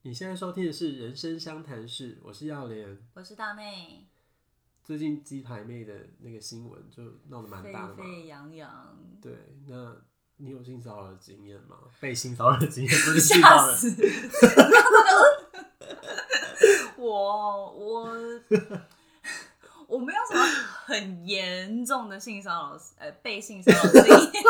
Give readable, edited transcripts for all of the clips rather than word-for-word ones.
你现在收听的是《人生相谈室》，我是耀莲， 我是大妹。 最近鸡排妹的那个新闻就闹得蛮大的嘛， 沸沸扬扬。 对，那你有性骚扰的经验吗？被性骚扰的经验不是性骚扰。 我没有什么很严重的性骚扰，被性骚扰的经验。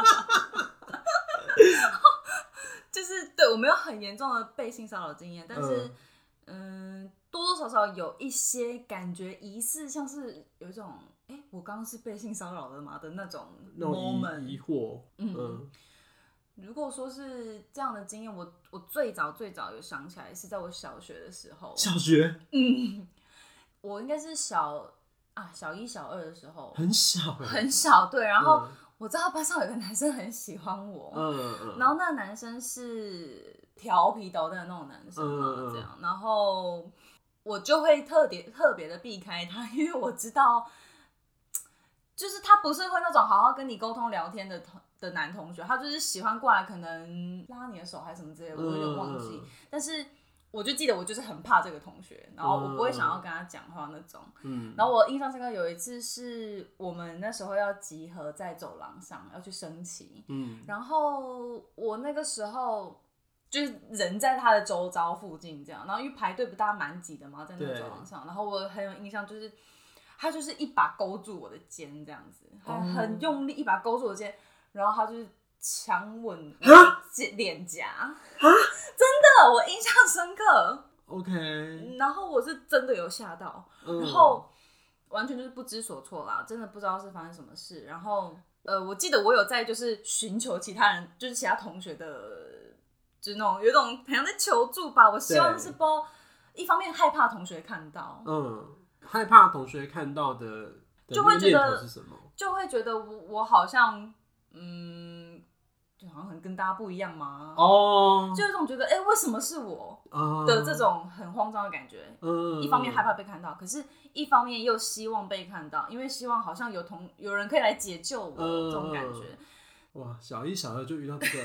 就是对我没有很严重的被性骚扰经验，但是多多少少有一些感觉疑似像是有一种我刚刚是被性骚扰的吗的那种 moment 疑惑。 如果说是这样的经验，我最早有想起来是在我小学的时候。 小学？ 我应该是小一小二的时候， 很小很小，对。然后我知道班上有个男生很喜欢我，然后那个男生是调皮捣蛋的那种男生嘛，这样，然后我就会特别的避开他，因为我知道，就是他不是会那种好好跟你沟通聊天的男同学，他就是喜欢过来可能拉你的手还是什么之类的，我有点忘记，但是我就记得我就是很怕这个同学，然后我不会想要跟他讲话那种。然后我印象深刻有一次是我们那时候要集合在走廊上要去升旗，然后我那个时候就是人在他的周遭附近这样，然后因为排队不大蛮挤的嘛，在那个走廊上，然后我很有印象就是他就是一把勾住我的肩这样子，很用力一把勾住我的肩，然后他就是强吻我的脸颊，真的，我印象深刻。 OK， 然后我是真的有吓到，然后完全就是不知所措啦，真的不知道是发生什么事。然后我记得我有在就是寻求其他人，就是其他同学的，就是那种有一种好像在求助吧。我希望是不知道，一方面害怕同学看到， 害怕同学看到的就会觉得是什么？ 就会觉得我好像就好像很跟大家不一样嘛，就有一种觉得为什么是我的这种很慌张的感觉。一方面害怕被看到，可是一方面又希望被看到，因为希望好像有人可以来解救我，这种感觉。 哇，小一小二就遇到这个，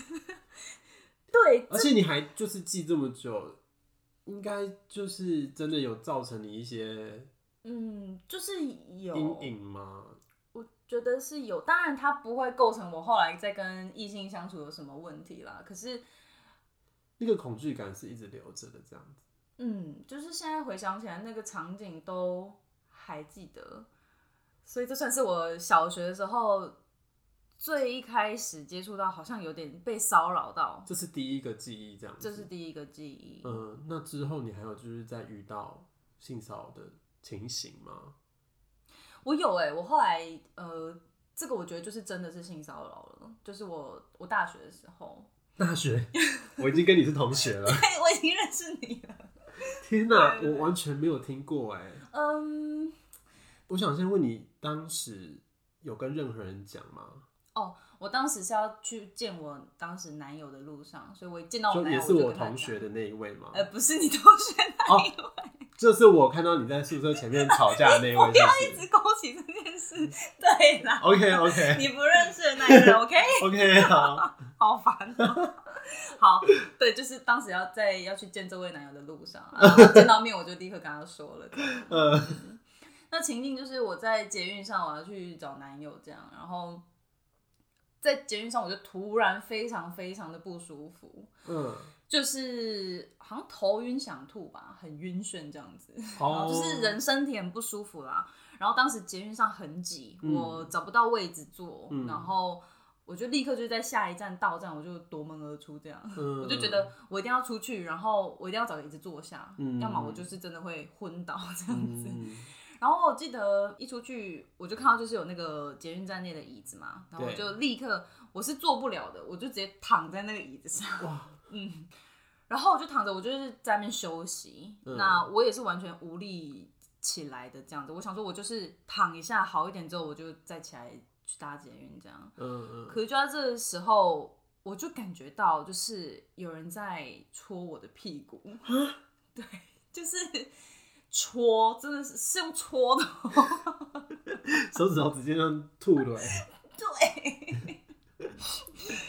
对， 而且你还就是记这么久，应该就是真的有造成你一些就是有阴影吗？ 我觉得是有，当然它不会构成我后来在跟异性相处有什么问题啦。可是那个恐惧感是一直留着的，这样子。 就是现在回想起来，那个场景都还记得，所以这算是我小学的时候最一开始接触到，好像有点被骚扰到。 这是第一个记忆，这样子。 这是第一个记忆。 那之后你还有就是在遇到性骚扰的情形吗？ 我有我后来这个我觉得就是真的是性骚扰了，就是我大学的时候。 大学，我已经跟你是同学了。 对，我已经认识你了。 天哪，我完全没有听过我想先问你，当时有跟任何人讲吗？ 我当时是要去见我当时男友的路上，所以我一见到我男友也是我同学的那一位吗？ 不是你同学那一位。 就是我看到你在宿舍前面吵架的那一位。 不要一直勾起这件事。对啦。 OK， 你不认识的那个人。OK， 好。 好烦哦。好，对，就是当时要去见这位男友的路上，然后见到面我就立刻跟他说了。那情境就是我在捷运上，我要去找男友这样，然后在捷运上我就突然非常非常的不舒服。就是好像头晕想吐吧，很晕眩这样子，就是人身体很不舒服啦。然后当时捷运上很挤，我找不到位置坐，然后我就立刻就在下一站到站我就夺门而出这样。我就觉得我一定要出去，然后我一定要找个椅子坐下，要么我就是真的会昏倒这样子。然后我记得一出去我就看到就是有那个捷运站内的椅子嘛，然后我就立刻，我是坐不了的，我就直接躺在那个椅子上。然后我就躺着，我就是在那边休息。那我也是完全无力起来的这样子。我想说，我就是躺一下好一点之后，我就再起来去搭捷运这样。可是就在这个时候，我就感觉到就是有人在戳我的屁股。对，就是戳，真的是用戳的。 手指头直接这样吐了。 对。就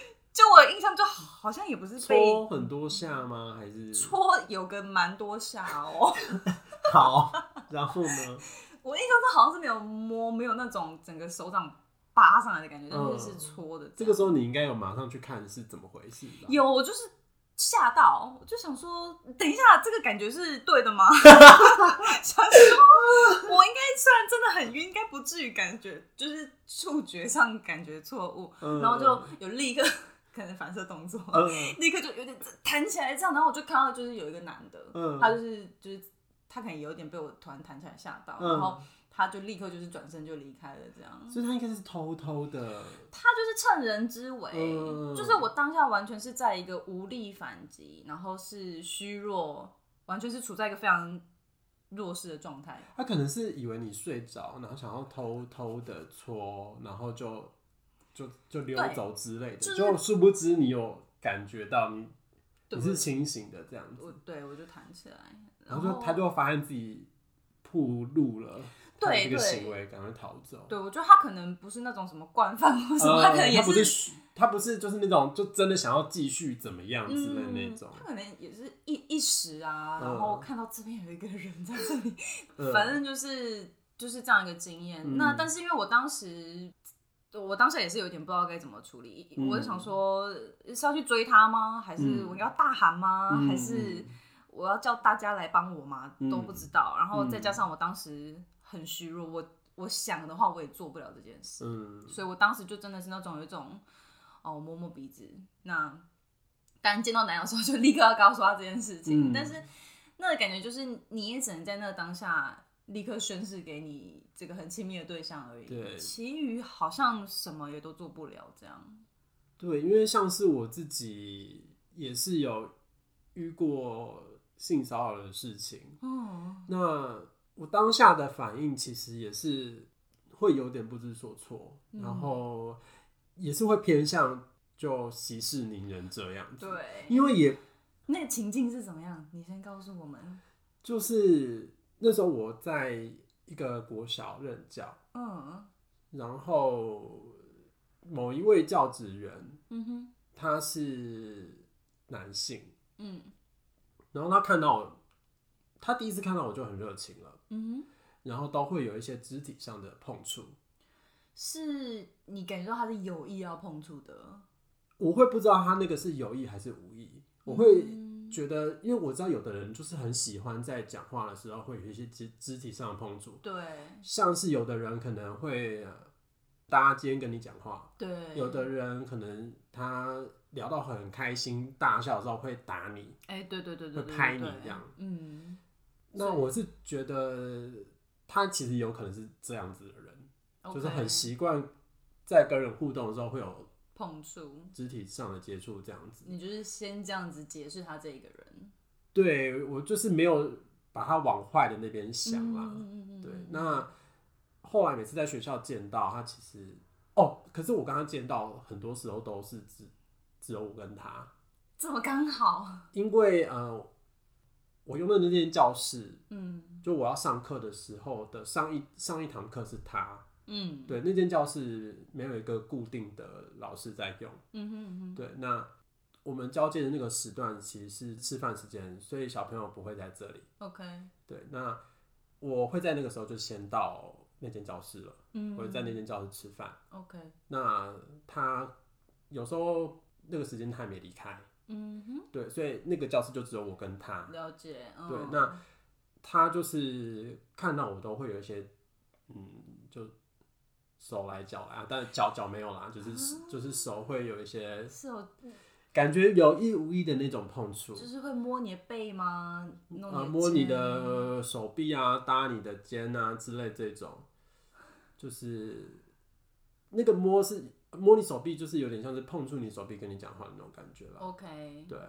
就我的印象就好像也不是被戳很多下吗？还是戳有个蛮多下哦。 好，然后呢？ 我印象中好像是没有摸，没有那种整个手掌扒上来的感觉，但是是戳的。 这个时候你应该有马上去看是怎么回事吧？ 有，我就是吓到，我就想说，等一下，这个感觉是对的吗？想说，我应该虽然真的很晕，应该不至于感觉就是触觉上感觉错误，然后就有立刻可能反射动作，立刻就有点弹起来这样，然后我就看到就是有一个男的，他就是他可能有点被我突然弹起来吓到，然后他就立刻就是转身就离开了，这样。 所以他应该是偷偷的。 他就是趁人之危，就是我当下完全是在一个无力反击，然后是虚弱，完全是处在一个非常弱势的状态。 他可能是以为你睡着，然后想要偷偷的戳，然后就溜走之类的，就殊不知你有感觉到你是清醒的这样子。 我就弹起来。 然后他就发现自己暴露了，对这个行为，赶快逃走。 对，我觉得他可能不是那种什么惯犯或什么，他可能也是， 他不是就是那种就真的想要继续怎么样之类的那种。 他可能也是一时啊，然后看到这边有一个人在这里，反正就是这样一个经验。那但是因为我当下也是有点不知道该怎么处理，我就想说是要去追他吗？还是我要大喊吗？还是我要叫大家来帮我吗？都不知道。然后再加上我当时很虚弱，我想的话我也做不了这件事，所以我当时就真的是那种有一种摸摸鼻子。那当然见到男友的时候就立刻要告诉他这件事情，但是那个感觉就是你也只能在那个当下立刻宣示给你这个很亲密的对象而已， 对， 其余好像什么也都做不了这样。 对，因为像是我自己也是有遇过性骚扰的事情，那我当下的反应其实也是会有点不知所措，然后也是会偏向就息事宁人这样子。 对， 因为那个情境是怎么样？你先告诉我们。 就是那时候我在一个国小任教，然后某一位教职员，他是男性，然后他第一次看到我就很热情了，然后都会有一些肢体上的碰触。 是你感觉到他是有意要碰触的？ 我会不知道他那个是有意还是无意，我会觉得，因为我知道有的人就是很喜欢在讲话的时候会有一些肢体上的碰触， 对， 像是有的人可能会搭肩跟你讲话， 对， 有的人可能他聊到很开心大笑的时候会打你， 对， 会拍你这样，那我是觉得他其实有可能是这样子的人，就是很习惯在跟人互动的时候会有碰触、 肢体上的接触这样子。 你就是先这样子解释他这一个人。 对，我就是没有把他往坏的那边想啦。对，那后来每次在学校见到他，其实可是我刚刚见到很多时候都是只有我跟他， 这么刚好？ 因为我用的那间教室，就我要上课的时候的上一堂课是他。对，那间教室没有一个固定的老师在用。对，那我们交接的那个时段其实是吃饭时间，所以小朋友不会在这里。 OK。 对，那我会在那个时候就先到那间教室了。我会在那间教室吃饭。 OK。 那他有时候那个时间他还没离开。对，所以那个教室就只有我跟他。 了解。 对，那他就是看到我都会有一些就手来脚来，但脚没有啦，就是手会有一些感觉有意无意的那种碰触， 就是会摸你的背吗？ 摸你的手臂啊，搭你的肩啊之类这种，就是那个摸你手臂，就是有点像是碰触你手臂跟你讲话的那种感觉啦。 OK。 对。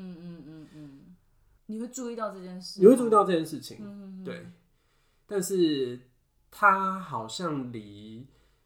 你会注意到这件事？ 你会注意到这件事情，对。但是他好像离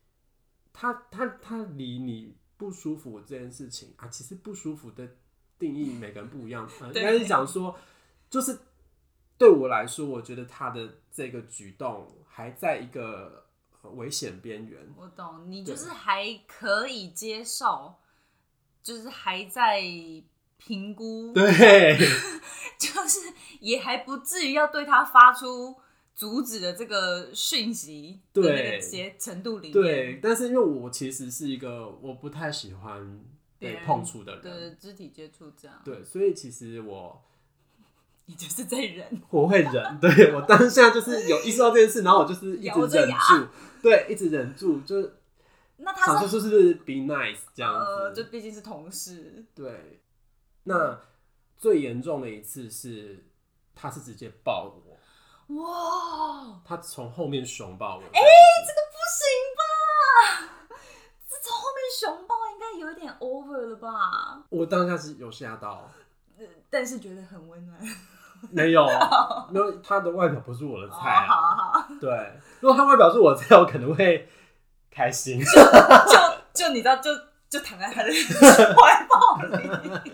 你不舒服这件事情啊，其实不舒服的定义每个人不一样。应该是讲说，就是对我来说，我觉得他的这个举动还在一个危险边缘。 我懂，你就是还可以接受， 就是还在评估， 对， 就是也还不至于要对他发出阻止的这个讯息的那个程度里面。 对，但是因为我其实是一个我不太喜欢被碰触的人， 对，肢体接触这样。 对，所以其实你就是在忍， 我会忍，对，我当下就是有意识到这件事，然后我就是一直忍住，对，一直忍住，就那他想说就是 be nice 这样子， 就毕竟是同事， 对。那最严重的一次是，他是直接抱我，哇！他从后面熊抱我， 这个不行吧？这从后面熊抱应该有一点 over 了吧？ 我当下是有吓到， 但是觉得很温暖。 没有，他的外表不是我的菜啊。 好， 对，如果他外表是我的菜，我可能会开心。 就你知道，就躺在他的怀抱里。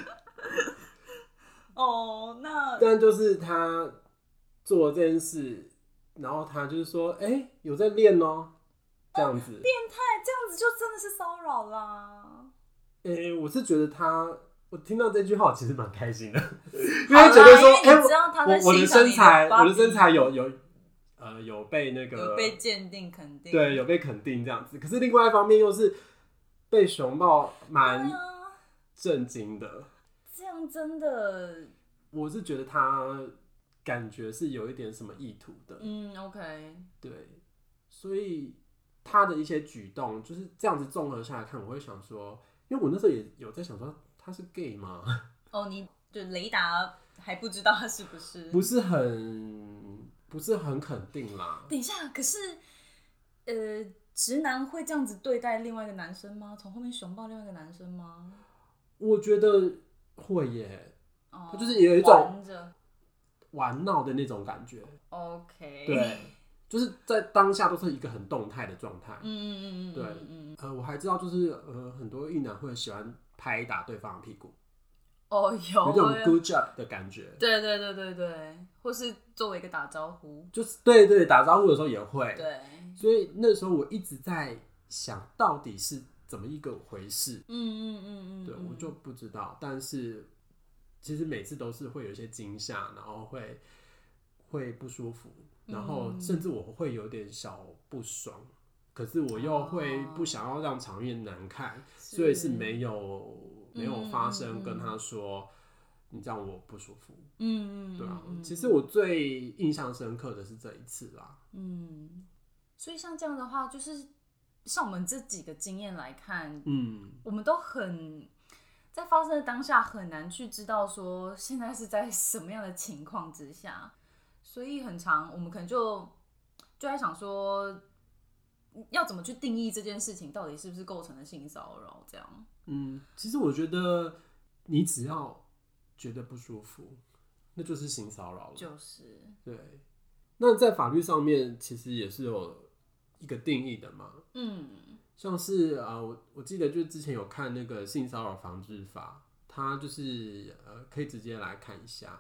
哦， 但就是他做这件事，然后他就是说，有在练哦，这样子。 变态，这样子就真的是骚扰啦。 我是觉得我听到这句话，我其实蛮开心的，因为觉得说，我的身材有被那个有被鉴定肯定， 对，有被肯定这样子。可是另外一方面又是被熊抱，蛮震惊的。 这样真的， 我是觉得他感觉是有一点什么意图的。 OK， 对， 所以他的一些举动就是这样子综合下来看，我会想说，因为我那时候也有在想说，他是 gay 吗？ 你就雷达还不知道他是不是， 不是很肯定啦。 等一下，可是直男会这样子对待另外一个男生吗？从后面熊抱另外一个男生吗？ 我觉得会耶，他就是有一种玩闹的那种感觉。 OK， 对，就是在当下都是一个很动态的状态。对，我还知道就是很多异男会喜欢拍打对方的屁股。有这种 good job 的感觉。 对，或是作为一个打招呼， 就是对打招呼的时候也会。 对， 所以那时候我一直在想到底是怎么一个回事。对，我就不知道，但是其实每次都是会有一些惊吓，然后会不舒服，然后甚至我会有点小不爽，可是我又会不想要让场面难看，所以是没有发声跟他说你这样我不舒服。对啊，其实我最印象深刻的是这一次啦。 所以像这样的话，就是像我们这几个经验来看，我们都很在发生的当下很难去知道说现在是在什么样的情况之下，所以很常我们可能就在想说要怎么去定义这件事情到底是不是构成了性骚扰这样。 其实我觉得你只要觉得不舒服，那就是性骚扰了。 就是对，那在法律上面其实也是有一个定义的嘛。像是我记得就是之前有看那个性骚扰防治法，它就是可以直接来看一下，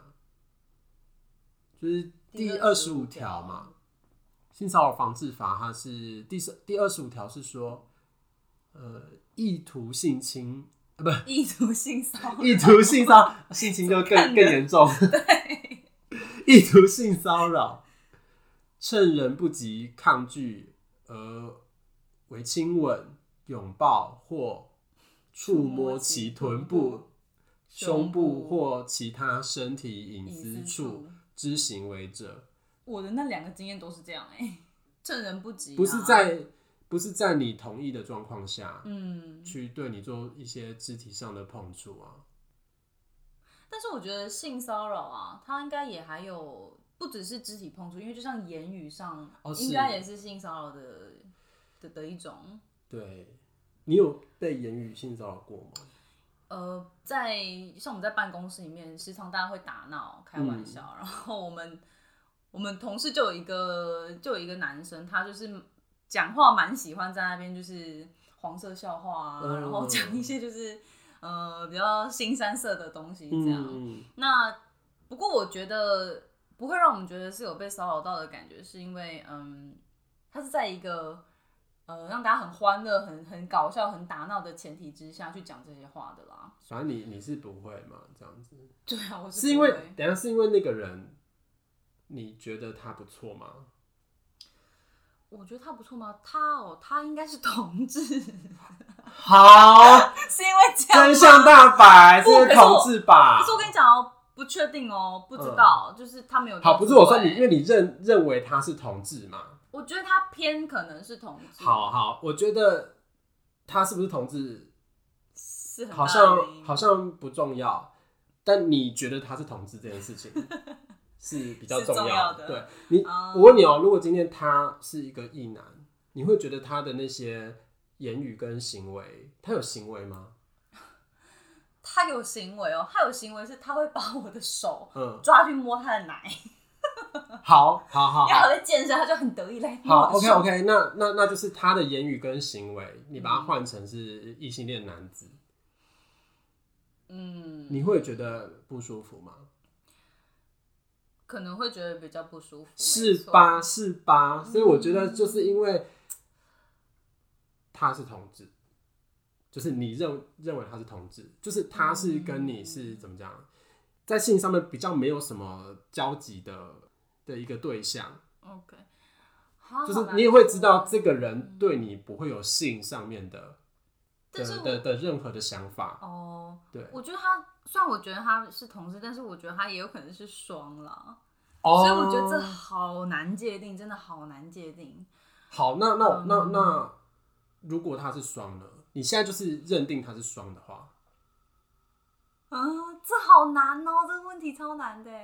就是第25条嘛。性骚扰防治法它是第25条是说，意图性侵不意图性骚扰， 意图性骚扰性侵就更严重。 对， 意图性骚扰，趁人不及抗拒而为亲吻、拥抱或触摸其臀部、胸部或其他身体隐私处之行为者。 我的那2个经验都是这样趁人不及， 不是在你同意的状况下，去对你做一些肢体上的碰触啊。 但是我觉得性骚扰啊，它应该也还有不只是肢体碰触，因为就像言语上，应该也是性骚扰的一种。对， 你有被言语性骚扰过吗？ 像我们在办公室里面，时常大家会打闹、开玩笑，然后我们同事就有一个男生，他就是讲话蛮喜欢在那边就是黄色笑话啊，然后讲一些就是比较腥膻色的东西这样。那不过我觉得不会让我们觉得是有被骚扰到的感觉，是因为他是在一个让大家很欢乐、很搞笑、很打闹的前提之下去讲这些话的啦。 反正你是不会嘛，这样子。 对啊，我是因为等一下是因为那个人，你觉得他不错吗？ 我觉得他不错吗？他应该是同志。 好， 是因为这样吗？ 真相大白，是因为同志吧？ 可是我跟你讲哦，不确定哦，不知道，就是他没有。 好，不是我说你，因为你认为他是同志嘛？ 我觉得他偏可能是同志。 好，我觉得他是不是同志是很好像不重要，但你觉得他是同志这件事情是比较重要的。对你，我问你哦，如果今天他是一个异男，你会觉得他的那些言语跟行为，他有行为吗？ 他有行为哦，他有行为是他会把我的手抓去摸他的奶。 好，因为他在健身，他就很得意来。 好 ，OK， 那就是他的言语跟行为，你把它换成是异性恋男子，你会觉得不舒服吗？ 可能会觉得比较不舒服， 是吧？所以我觉得就是因为他是同志，就是你认为他是同志，就是他是跟你是怎么讲，在性上面比较没有什么交集的一个对象。 OK， 就是你也会知道这个人对你不会有性上面的任何的想法。 哦， 对， 我觉得他虽然我觉得他是同志，但是我觉得他也有可能是双啦。所以我觉得这好难界定，真的好难界定。 好，那如果他是双呢？你现在就是认定他是双的话， 这好难哦，这个问题超难的。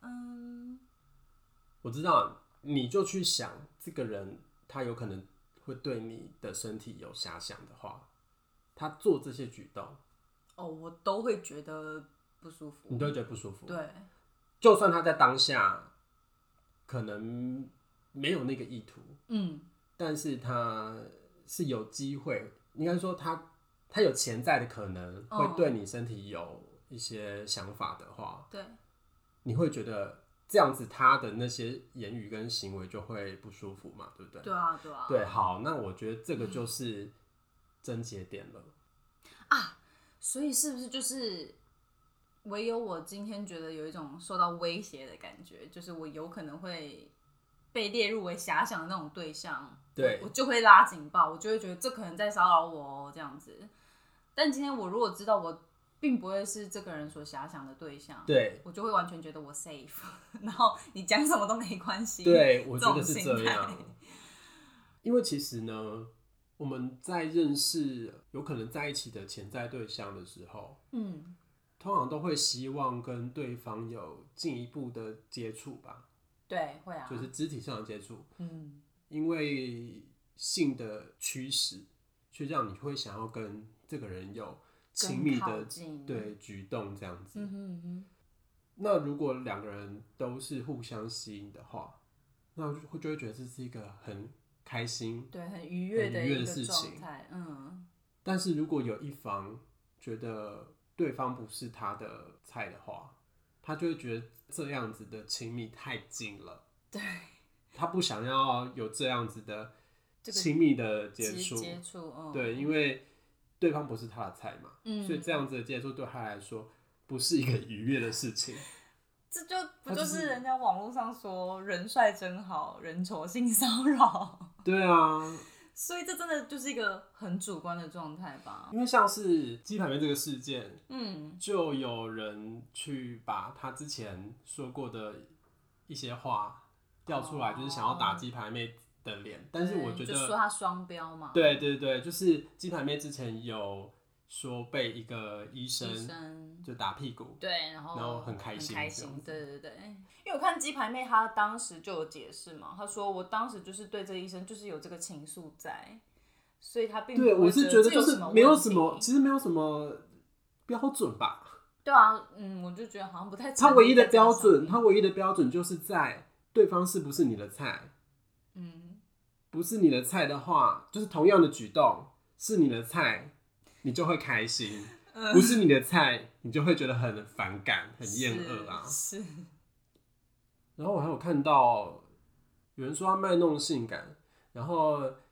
我知道，你就去想这个人，他有可能会对你的身体有遐想的话，他做这些举动， 我都会觉得不舒服。 你都会觉得不舒服？ 对， 就算他在当下可能没有那个意图，但是他是有机会，应该说他有潜在的可能会对你身体有一些想法的话， 对， 你会觉得这样子他的那些言语跟行为就会不舒服嘛，对不对？ 对啊。 对，好，那我觉得这个就是症结点了啊。所以是不是就是唯有我今天觉得有一种受到威胁的感觉，就是我有可能会被列入为遐想的那种对象， 对， 我就会拉警报，我就会觉得这可能在骚扰我哦，这样子。但今天我如果知道我并不会是这个人所遐想的对象， 对， 我就会完全觉得我 safe， 然后你讲什么都没关系。 对，我觉得是这样。因为其实呢，我们在认识有可能在一起的潜在对象的时候，通常都会希望跟对方有进一步的接触吧。 对，会啊， 就是肢体上的接触。因为性的驱使，去让你会想要跟这个人有亲密的对举动这样子。那如果两个人都是互相吸引的话，那就会觉得这是一个很开心、 对，很愉悦的一个事情。但是如果有一方觉得对方不是他的菜的话，他就会觉得这样子的亲密太近了。 对， 他不想要有这样子的亲密的接触。对，因为对方不是他的菜嘛，所以这样子的接触对他来说不是一个愉悦的事情。 这不就是人家网络上说人帅真好，人丑性骚扰？ 对啊， 所以这真的就是一个很主观的状态吧。 因为像是鸡排妹这个事件，就有人去把他之前说过的一些话调出来，就是想要打鸡排妹的脸。但是我觉得就说他双标嘛。 对，就是鸡排妹之前有说被一个医生就打屁股， 对，然后很开心， 对，因为我看鸡排妹她当时就有解释嘛，她说我当时就是对这个医生就是有这个情愫在，所以她并不会对，我是觉得就是没有什么， 其实没有什么标准吧。 对啊，我就觉得好像不太。 他唯一的标准就是在对方是不是你的菜，不是你的菜的话，就是同样的举动是你的菜，你就会开心；不是你的菜，你就会觉得很反感、很厌恶啊。 是。 然后我还有看到有人说他卖弄性感，然后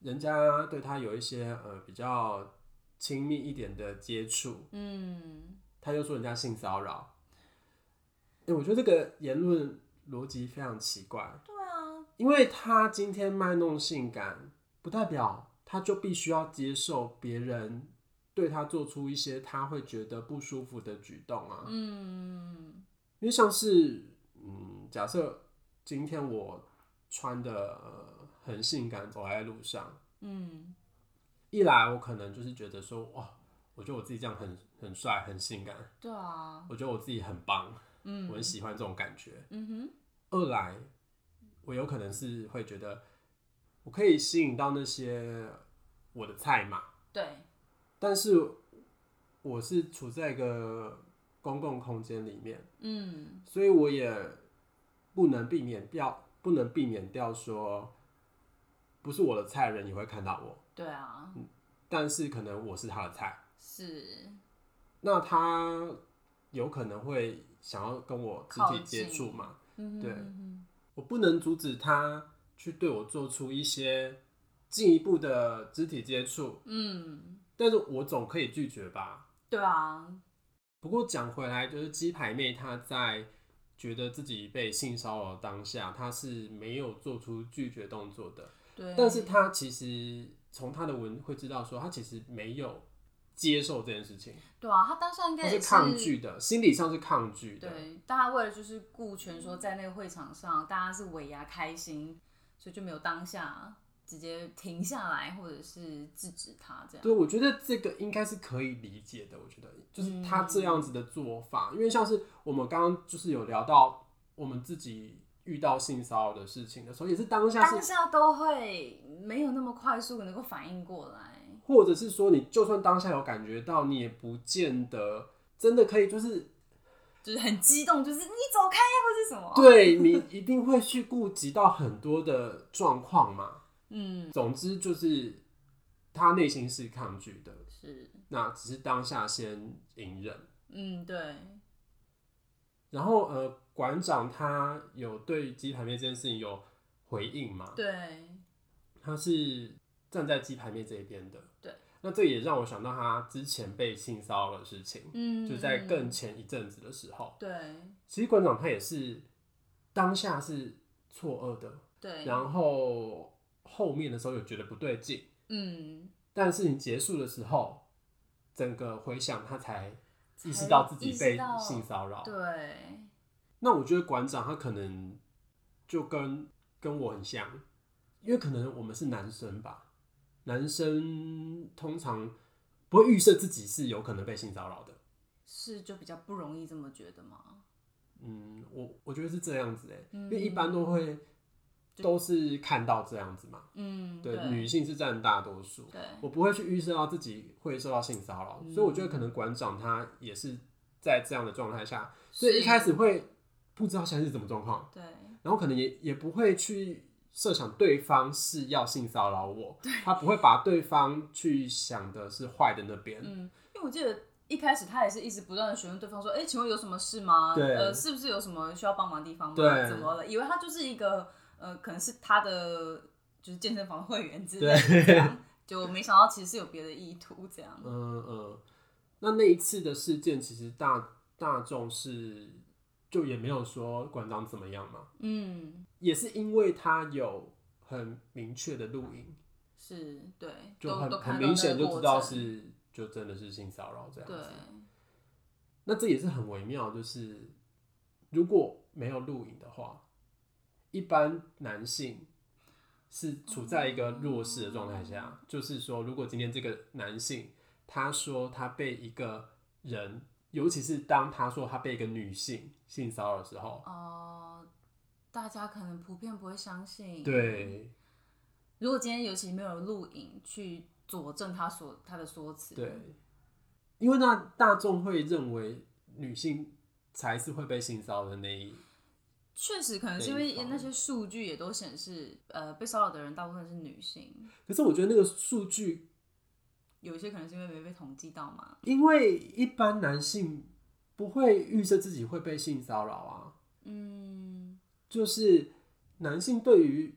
人家对他有一些比较亲密一点的接触，他又说人家性骚扰，我觉得这个言论逻辑非常奇怪。 对啊， 因为他今天卖弄性感，不代表他就必须要接受别人对他做出一些他会觉得不舒服的举动啊。因为像是假设今天我穿的很性感走在路上，一来我可能就是觉得说哇，我觉得我自己这样很帅很性感， 对啊， 我觉得我自己很棒，我很喜欢这种感觉。二来我有可能是会觉得我可以吸引到那些我的菜嘛， 对， 但是我是处在一个公共空间里面，所以我也不能避免掉说不是我的菜的人也会看到我。 对啊， 但是可能我是他的菜， 是， 那他有可能会想要跟我肢体接触嘛？对，我不能阻止他去对我做出一些进一步的肢体接触，但是我总可以拒绝吧？ 对啊。 不过讲回来，就是鸡排妹她在觉得自己被性骚扰当下，她是没有做出拒绝动作的。 对， 但是她其实从她的文会知道说，她其实没有接受这件事情。 对啊，她当下应该也是抗拒的，心理上是抗拒的。 对，大家为了就是顾全说在那个会场上，大家是尾牙开心，所以就没有当下直接停下来或者是制止他这样。 对，我觉得这个应该是可以理解的。我觉得就是他这样子的做法，因为像是我们刚刚就是有聊到我们自己遇到性骚扰的事情的时候，也是当下都会没有那么快速能够反应过来， 或者是说你就算当下有感觉到，你也不见得真的可以就是很激动，就是你走开呀，或是什么。 对，你一定会去顾及到很多的状况嘛。总之就是他内心是抗拒的， 是， 那只是当下先隐忍。 对。 然后馆长他有对鸡排妹这件事情有回应嘛？ 对， 他是站在鸡排妹这一边的。 对， 那这也让我想到他之前被性骚扰的事情，就在更前一阵子的时候。 对， 其实馆长他也是当下是错愕的， 对， 然后后面的时候有觉得不对劲，但事情结束的时候，整个回想他才意识到自己被性骚扰。 对， 那我觉得馆长他可能就跟我很像，因为可能我们是男生吧，男生通常不会预设自己是有可能被性骚扰的， 是就比较不容易这么觉得吗？ 我觉得是这样子因为一般都是看到这样子嘛，对，女性是占大多数，我不会去预设到自己会受到性骚扰，所以我觉得可能馆长他也是在这样的状态下，所以一开始会不知道现在是什么状况， 对， 然后可能也不会去设想对方是要性骚扰我，他不会把对方去想的是坏的那边， 因为我记得一开始他也是一直不断的询问对方说，请问有什么事吗？是不是有什么需要帮忙的地方吗？怎么了？以为他就是一个可能是他的就是健身房的会员之类的这样，就没想到其实是有别的意图这样。 那一次的事件其实大众是就也没有说馆长怎么样嘛，也是因为他有很明确的录影， 是对， 就很明显就知道是就真的是性骚扰这样子。 对， 那这也是很微妙，就是如果没有录影的话，一般男性是处在一个弱势的状态下，就是说，如果今天这个男性他说他被一个人，尤其是当他说他被一个女性性骚扰的时候， 大家可能普遍不会相信。 对， 如果今天尤其没有录影去佐证他的说辞， 对，因为那大众会认为女性才是会被性骚扰的那一。 确实，可能是因为那些数据也都显示，被骚扰的人大部分是女性。 可是我觉得那个数据有一些可能是因为没被统计到嘛。 因为一般男性不会预设自己会被性骚扰啊。就是男性对于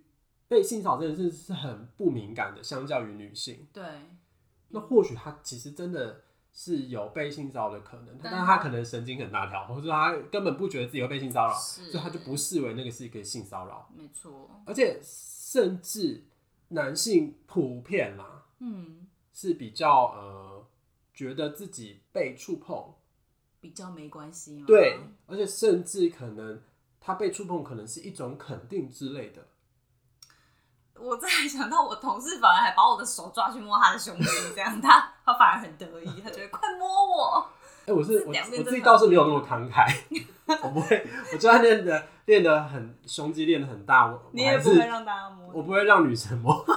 被性骚扰这件事是很不敏感的，相较于女性。 对， 那或许他其实真的是有被性骚扰的可能，但他可能神经很大条，或者说他根本不觉得自己会被性骚扰，所以他就不视为那个是一个性骚扰。 没错， 而且甚至男性普遍啦，是比较觉得自己被触碰比较没关系吗？ 对，而且甚至可能他被触碰可能是一种肯定之类的。 我再想到我同事反而还把我的手抓去摸他的胸肌，这样他反而很得意，他觉得快摸我。 我自己倒是没有那么慷慨，我不会，我就算练得很胸肌练得很大， 你也不会让大家摸， 我不会让女生摸。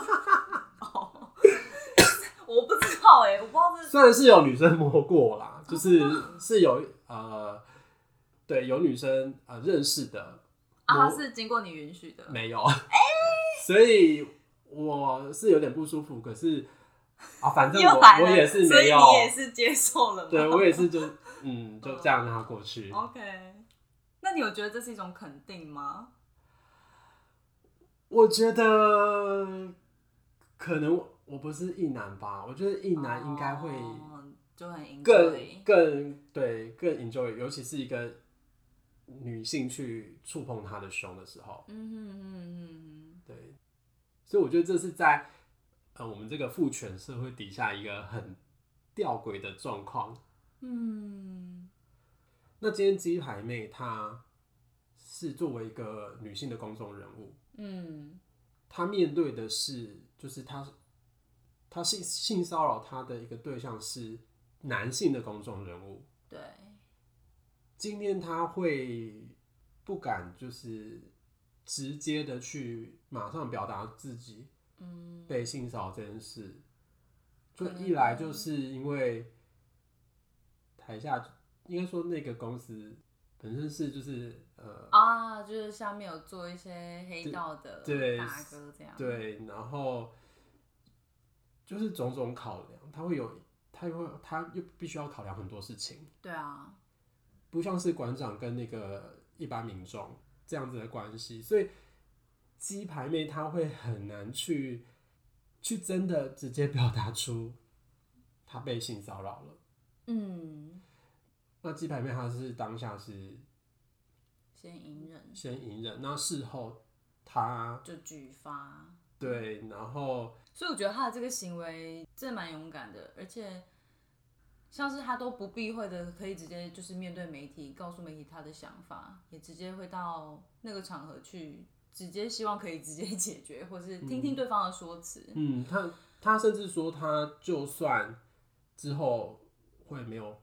我不知道我不知道虽然是有女生摸过啦，是有对，有女生认识的啊，是经过你允许的？ 没有，所以我是有点不舒服，可是反正我也是没有， 所以你也是接受了吗？ 对，我也是就这样让它过去。 OK， 那你有觉得这是一种肯定吗？ 我觉得可能我不是异男吧，我觉得异男应该会就很 enjoy， 更 enjoy， 尤其是一个女性去触碰他的胸的时候，对，所以我觉得这是在我们这个父权社会底下一个很吊诡的状况。那今天鸡排妹她是作为一个女性的公众人物，她面对的是就是她性骚扰她的一个对象是男性的公众人物， 对。 今天他会不敢就是直接的去马上表达自己被性骚扰这件事，就一来就是因为台下应该说那个公司本身是就是就是下面有做一些黑道的大哥这样， 对，然后就是种种考量，他又必须要考量很多事情， 对啊。 不像是馆长跟那个一般民众这样子的关系，所以鸡排妹她会很难去真的直接表达出她被性骚扰了。那鸡排妹她是当下是先隐忍，那事后她就举发。 对，然后所以我觉得她的这个行为真的蛮勇敢的，而且。像是他都不避讳的，可以直接就是面对媒体，告诉媒体他的想法，也直接会到那个场合去，直接希望可以直接解决，或是听听对方的说辞。 他甚至说，他就算之后会没有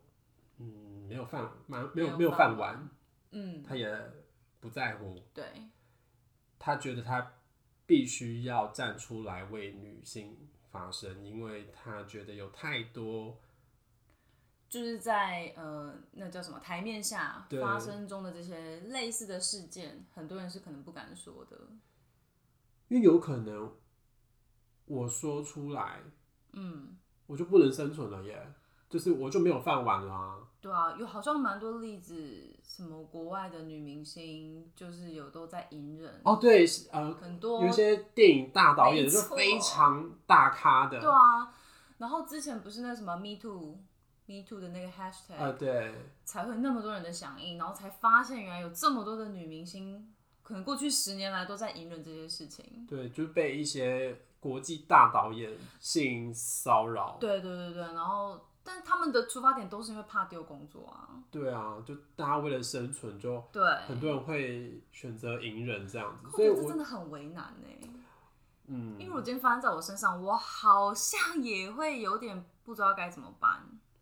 饭碗，他也不在乎。 对， 他觉得他必须要站出来为女性发声，因为他觉得有太多。 就是在那叫什么台面下发生中的这些类似的事件，很多人是可能不敢说的， 因为有可能我说出来，我就不能生存了耶，就是我就没有饭碗啦。 对啊，有好像蛮多例子，什么国外的女明星就是有都在隐忍。 对， 很多有些电影大导演就非常大咖的。 对啊，然后之前不是那什么 Me Too 的那个 hashtag， 对， 才会那么多人的响应，然后才发现原来有这么多的女明星，可能过去10年来都在隐忍这些事情。 对，就是被一些国际大导演性骚扰。 对，然后但他们的出发点都是因为怕丢工作啊。 对啊，就大家为了生存，就很多人会选择隐忍这样子。所以这真的很为难因为如果今天发生在我身上，我好像也会有点不知道该怎么办。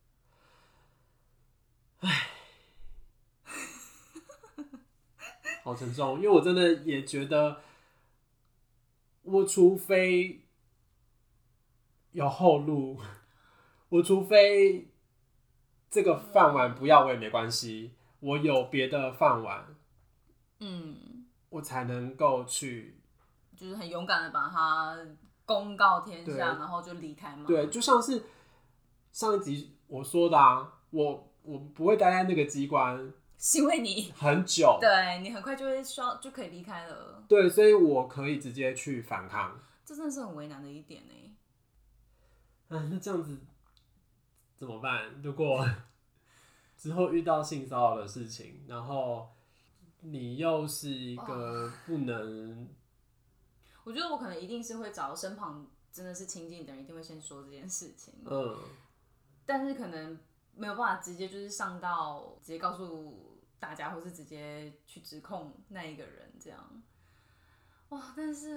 好沉重，因为我真的也觉得，我除非有后路，我除非这个饭碗不要我也没关系，我有别的饭碗，我才能够去， 就是很勇敢的把它公告天下，然后就离开嘛。 对，就像是上一集我说的啊，我不会待在那个机关是因为你很久， 对你很快就会就可以离开了。 对，所以我可以直接去反抗。 这真的是很为难的一点呢。 那这样子怎么办？如果之后遇到性骚扰的事情，然后你又是一个不能， 我觉得我可能一定是会找身旁真的是亲近的人，一定会先说这件事情。但是可能没有办法直接就是上到直接告诉大家，或是直接去指控那一个人这样。哇，但是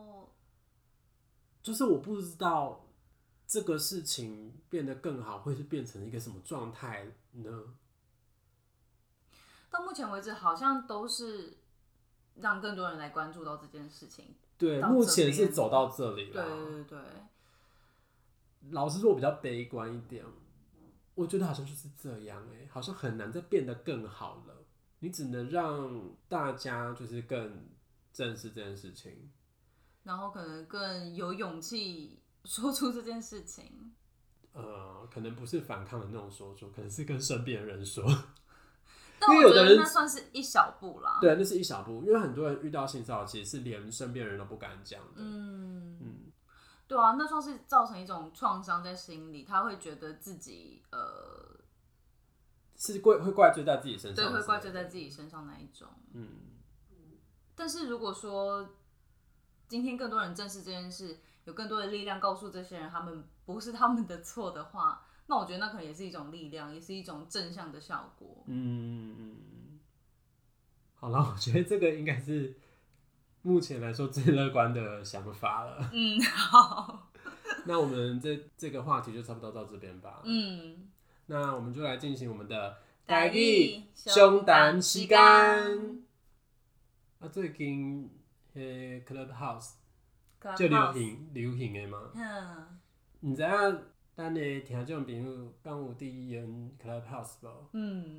就是我不知道这个事情变得更好，会是变成一个什么状态呢？ 到目前为止，好像都是让更多人来关注到这件事情。 对，目前是走到这里了。 对。 老实说，我比较悲观一点，我觉得好像就是这样好像很难再变得更好了。你只能让大家就是更正视这件事情， 然后可能更有勇气说出这件事情。 可能不是反抗的那种说出，可能是跟身边的人说。 但我觉得那算是一小步啦。 对，那是一小步，因为很多人遇到性骚扰，其实是连身边人都不敢讲的。 对啊，那算是造成一种创伤在心里，他会觉得自己是会怪罪在自己身上， 对，会怪罪在自己身上那一种。但是如果说今天更多人正视这件事，有更多的力量告诉这些人他们不是他们的错的话，那我觉得那可能也是一种力量，也是一种正向的效果。 好了，我觉得这个应该是目前来说最乐观的想法了。 好。 那我们这个话题就差不多到这边吧。那我们就来进行我们的台语相谈时间。最近Clubhouse 就流行的嘛。唔知影咱的听众朋友敢有伫用 Clubhouse 无？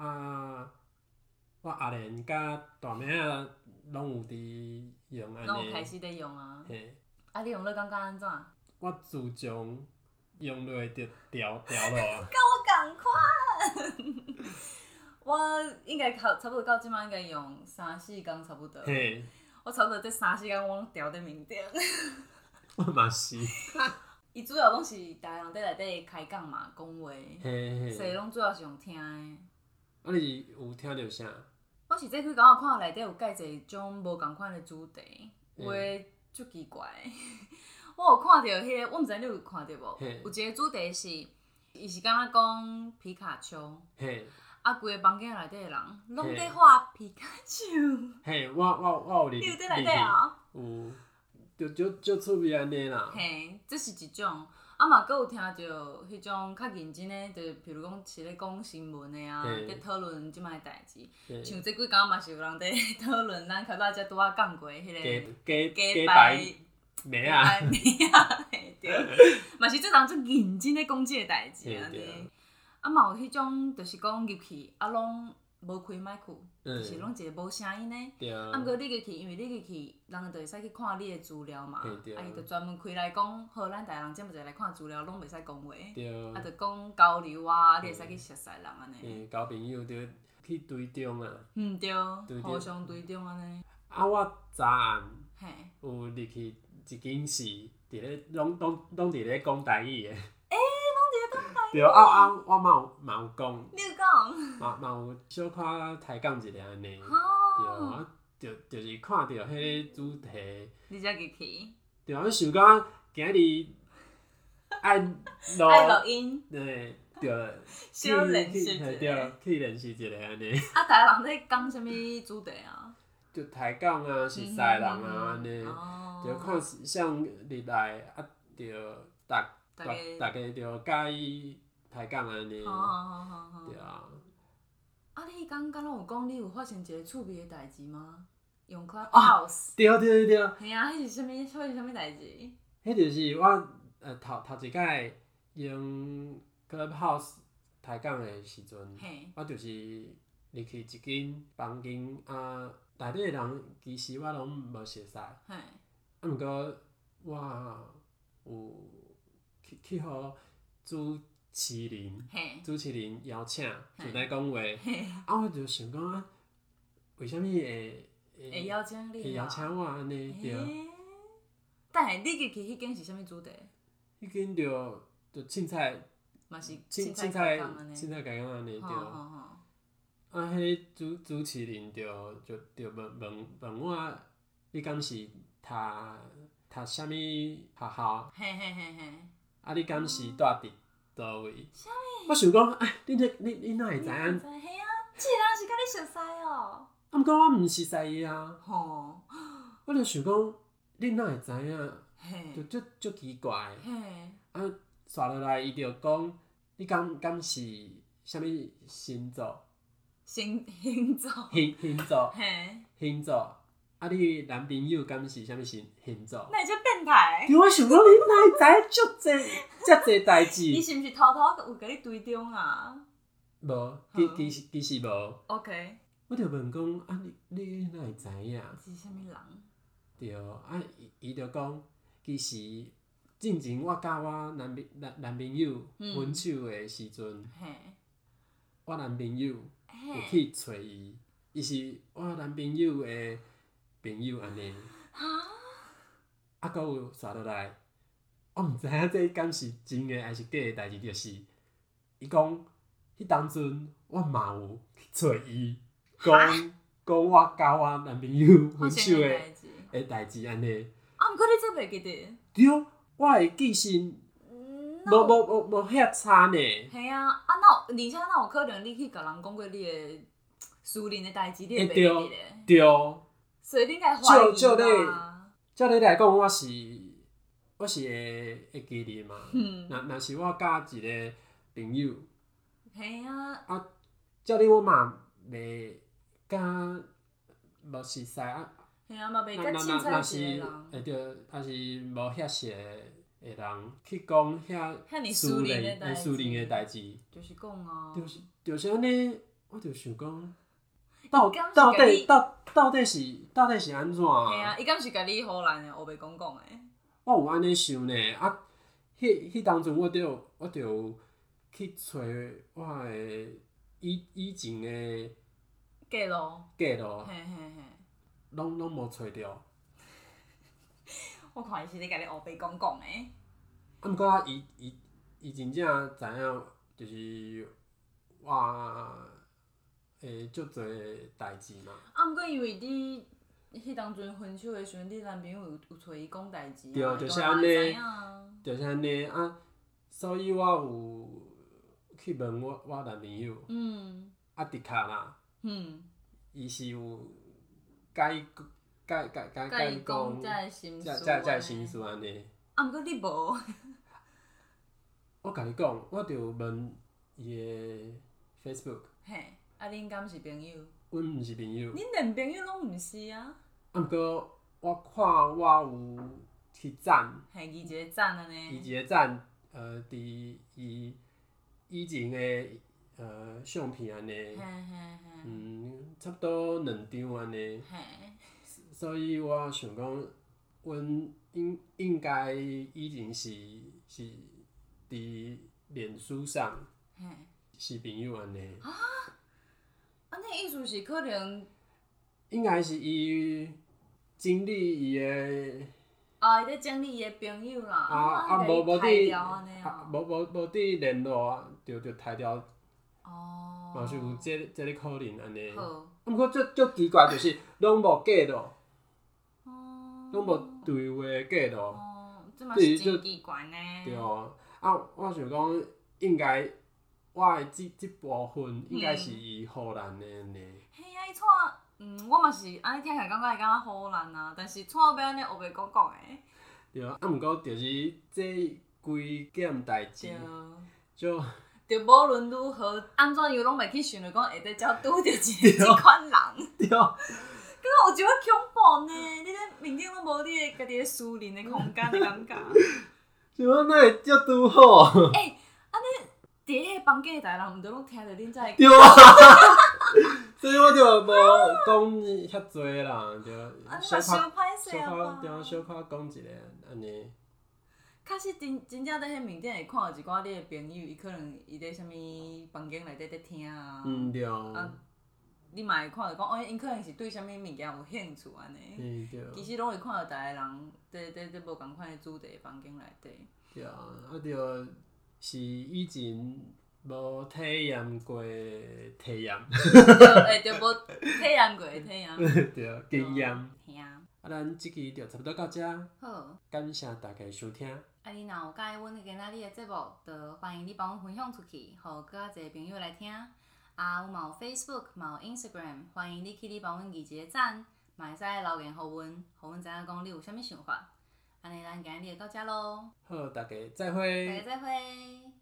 我阿莲甲大妹仔拢有伫用安尼。 拢有开始在用啊。你用了感觉安怎？ 我自从用落就调了。 跟我同款。我应该差不多到即摆应该用3-4天差不多。我差不多这3-4天我拢调在面顶。 我嘛是。 伊主要拢是大家人在内底开讲嘛，讲话，所以拢主要是用听的。 你有听到啥？ 我是这几天看内底有介侪种无同款的主题，有的足奇怪。我有看到迄个，我毋知你有看到无？有一个主题是，伊是敢若讲皮卡丘。规个房间内底的人拢在画皮卡丘。 我有你有在内底啊？ 有，就趣味安尼啦。 这是一种。嘛，佫有听到迄种较认真的，就譬如讲是咧讲新闻的啊，在讨论即摆代志。像这几天嘛是有人在讨论，咱较早才拄仔讲过迄个假白妹啊， 对，嘛是这人最认真咧讲即个代志安尼。嘛有迄种就是讲入去拢无开麦克，就是拢一个无声音的。毋过你入去，因为你入去，人就会使去看你的资料嘛。伊就专门开来讲，好，咱大人这么侪来看资料，拢袂使讲话。就讲交流啊，你会使去熟识人安尼。 交朋友就去追踪啊。 对，互相追踪安尼。 我昨暗有入去一间是伫咧拢伫咧讲台语的。对我嘛有讲， 你有讲？ 嘛有小可抬杠一下安尼。对，就是看到迄个主题， 你才入去。 对，我想讲今日爱录音。 对， 小练习一下。 对，去练习一下安尼。 大家人在讲啥物主题啊？ 就抬杠啊，熟识人啊安尼。就看像入来就大家就介意抬杠安尼。对啊。 你刚刚有讲你有发生一个趣味的代志吗？用 Clubhouse。 对。嘿啊，迄是啥物代志？ 迄就是我头一摆用 Clubhouse 抬杠的时阵，我就是入去一间房间内底的人其实我拢无熟识。毋过我有去互主麒麟，主持人邀请就来讲话，啊，我就想讲啊，为什么会邀请你？ 会邀请我安尼对？ 但系你记起迄间是啥物主题？ 迄间就凊彩， 嘛是凊彩家讲安尼对。啊，迄主持人就问我，你敢是读啥物学校？啊，你敢是住伫倒位？ 啥物？ 我想讲，哎，你哪会知影？ 嘿啊，这个人是甲你熟悉哦。 啊，毋过我毋熟悉伊啊。 吼。 我就想讲，你哪会知影？就足奇怪。啊，刷落来伊就讲，你敢是啥物星座？ 星座。 星座。啊，你男朋友敢是啥物星座？ 那会遮变态？ 我想讲，你哪会知影遮侪代志？ 伊是毋是偷偷有甲你追踪啊？ 无，其实无。 OK。 我就问讲，啊，你哪会知影？ 是啥物人？ 对，啊，伊就讲，其实之前我甲我男朋友分手的时阵，我男朋友有去找伊，伊是我男朋友的朋友安尼。啊，搁有刷落来，我毋知影这敢是真的还是假的代志，就是伊讲，迄当阵我嘛有去找伊，讲我甲我男朋友分手的代志安尼。 啊，毋过你这袂记得？ 对，我的记性无遐差呢。 系啊，而且哪有可能你去甲人讲过你的私人的代志，你会袂记得咧？ 对。 所以你应该怀疑啦。 照你来讲，我是会记得嘛。若是我甲一个朋友。 系啊。 啊，照你我嘛袂甲无熟悉啊。 系啊，嘛袂甲凊彩一个人。 会着，还是无遐熟的人去讲遐私人的代志。 就是讲啊。 就是安尼，我就想讲，到底是安怎？ 系啊，伊敢是甲你唬烂的，黑白讲的。 我有安尼想呢，啊，迄当阵我就去找我的以前的记录， 拢无找着。 我看伊是咧甲你黑白讲的。 啊，毋过伊真正知影，就是我足侪代志嘛。 啊，毋过因为你迄当阵分手的时阵，你男朋友有找伊讲代志， 对，就是安尼，就是安尼啊。所以我有去问我男朋友，啊，的确啦，伊是有甲伊讲， 才会心事安尼。 啊，毋过你无。 我甲你讲，我就问伊的 Facebook。 嘿，啊，恁敢是朋友？ 阮毋是朋友。 恁连朋友拢毋是啊？ 啊，毋过我看我有去赞。 嘿，伊一个赞安尼。 伊一个赞，伫伊以前的相片安尼。差不多2张安尼。所以我想讲，阮应该以前是伫脸书上是朋友安尼。 啊？安尼意思是可能？ 应该是伊整理伊的。 啊，伊咧整理伊的朋友啦。 无伫无伫联络，就刣掉。 哦。 嘛是有这个可能安尼。 好。 毋过足奇怪，就是拢无记录。拢无对话记录。 这嘛是真奇怪呢。 对啊，我想讲，应该我的这部分应该是伊唬烂的呢。 嘿啊，伊创，我嘛是安尼听起来感觉会敢若唬烂啊，但是创要安尼黑白讲的。 对啊，毋过就是这规件代志，就无论如何，安怎样拢袂去想着讲会得才拄着这款人。 对。 感觉有一点恐怖呢，你咧面顶拢无你的家己的私人的空间的感觉。 想讲哪会遮拄好？ 安尼伫迄个房间的大人，毋着拢听着恁在。 对啊。所以我就无讲遐济啦，就小可对啊，小可讲一个安尼。 确实真正在迄面顶会看到一寡你的朋友，伊可能伊在啥物房间内底在听啊。 对。 你嘛会看到讲，因可能是对啥物物件有兴趣安尼。对。其实拢会看到逐个人在无共款的主题房间内底。 对啊，就是以前无体验过体验。 对，无体验过体验。 对，经验。咱这期就差不多到这。好，感谢大家收听。 你若有喜欢阮今仔日的节目，就欢迎你帮阮分享出去，互更较侪朋友来听。有嘛有 Facebook， 嘛有 Instagram， 欢迎你去帮阮按一个赞，嘛会使留言互阮知影讲你有啥物想法。安尼咱今日就到这咯。 好，大家再会。 大家再会。